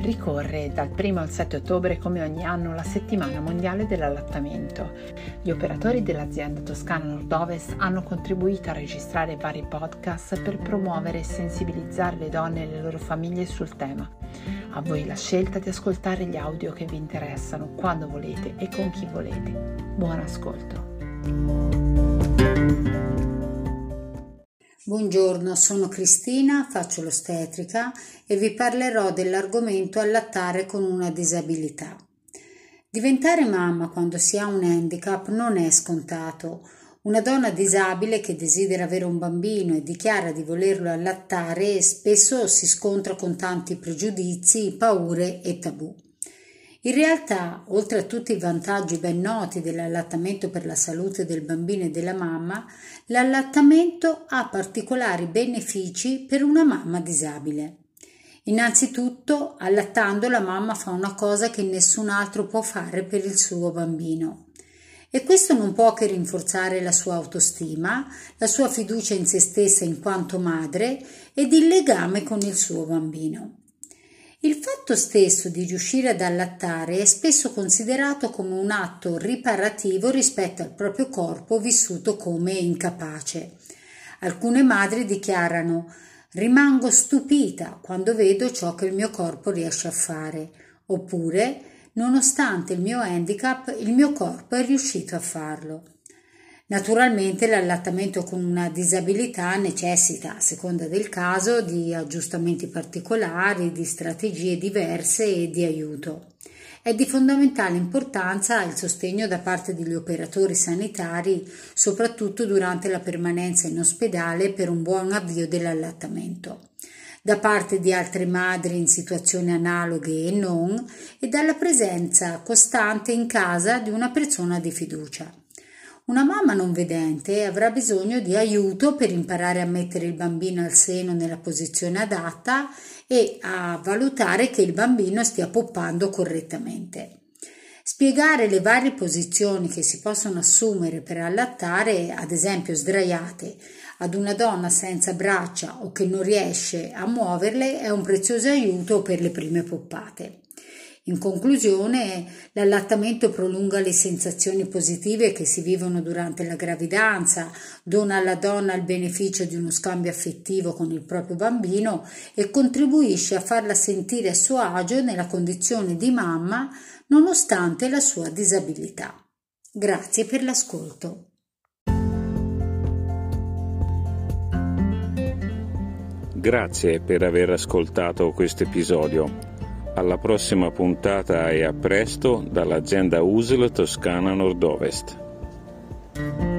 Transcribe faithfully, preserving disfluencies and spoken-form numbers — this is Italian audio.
Ricorre dal primo al sette ottobre come ogni anno la settimana mondiale dell'allattamento. Gli operatori dell'azienda Toscana Nord-Ovest hanno contribuito a registrare vari podcast per promuovere e sensibilizzare le donne e le loro famiglie sul tema. A voi la scelta di ascoltare gli audio che vi interessano, quando volete e con chi volete. Buon ascolto. Buongiorno, sono Cristina, faccio l'ostetrica e vi parlerò dell'argomento allattare con una disabilità. Diventare mamma quando si ha un handicap non è scontato. Una donna disabile che desidera avere un bambino e dichiara di volerlo allattare spesso si scontra con tanti pregiudizi, paure e tabù. In realtà, oltre a tutti i vantaggi ben noti dell'allattamento per la salute del bambino e della mamma, l'allattamento ha particolari benefici per una mamma disabile. Innanzitutto, allattando la mamma fa una cosa che nessun altro può fare per il suo bambino. E questo non può che rinforzare la sua autostima, la sua fiducia in se stessa in quanto madre ed il legame con il suo bambino. Il fatto stesso di riuscire ad allattare è spesso considerato come un atto riparativo rispetto al proprio corpo vissuto come incapace. Alcune madri dichiarano: «Rimango stupita quando vedo ciò che il mio corpo riesce a fare», oppure «Nonostante il mio handicap, il mio corpo è riuscito a farlo». Naturalmente l'allattamento con una disabilità necessita, a seconda del caso, di aggiustamenti particolari, di strategie diverse e di aiuto. È di fondamentale importanza il sostegno da parte degli operatori sanitari, soprattutto durante la permanenza in ospedale per un buon avvio dell'allattamento, da parte di altre madri in situazioni analoghe e non, e dalla presenza costante in casa di una persona di fiducia. Una mamma non vedente avrà bisogno di aiuto per imparare a mettere il bambino al seno nella posizione adatta e a valutare che il bambino stia poppando correttamente. Spiegare le varie posizioni che si possono assumere per allattare, ad esempio sdraiate, ad una donna senza braccia o che non riesce a muoverle è un prezioso aiuto per le prime poppate. In conclusione, l'allattamento prolunga le sensazioni positive che si vivono durante la gravidanza, dona alla donna il beneficio di uno scambio affettivo con il proprio bambino e contribuisce a farla sentire a suo agio nella condizione di mamma nonostante la sua disabilità. Grazie per l'ascolto. Grazie per aver ascoltato questo episodio. Alla prossima puntata e a presto dall'azienda U S L Toscana Nord-Ovest.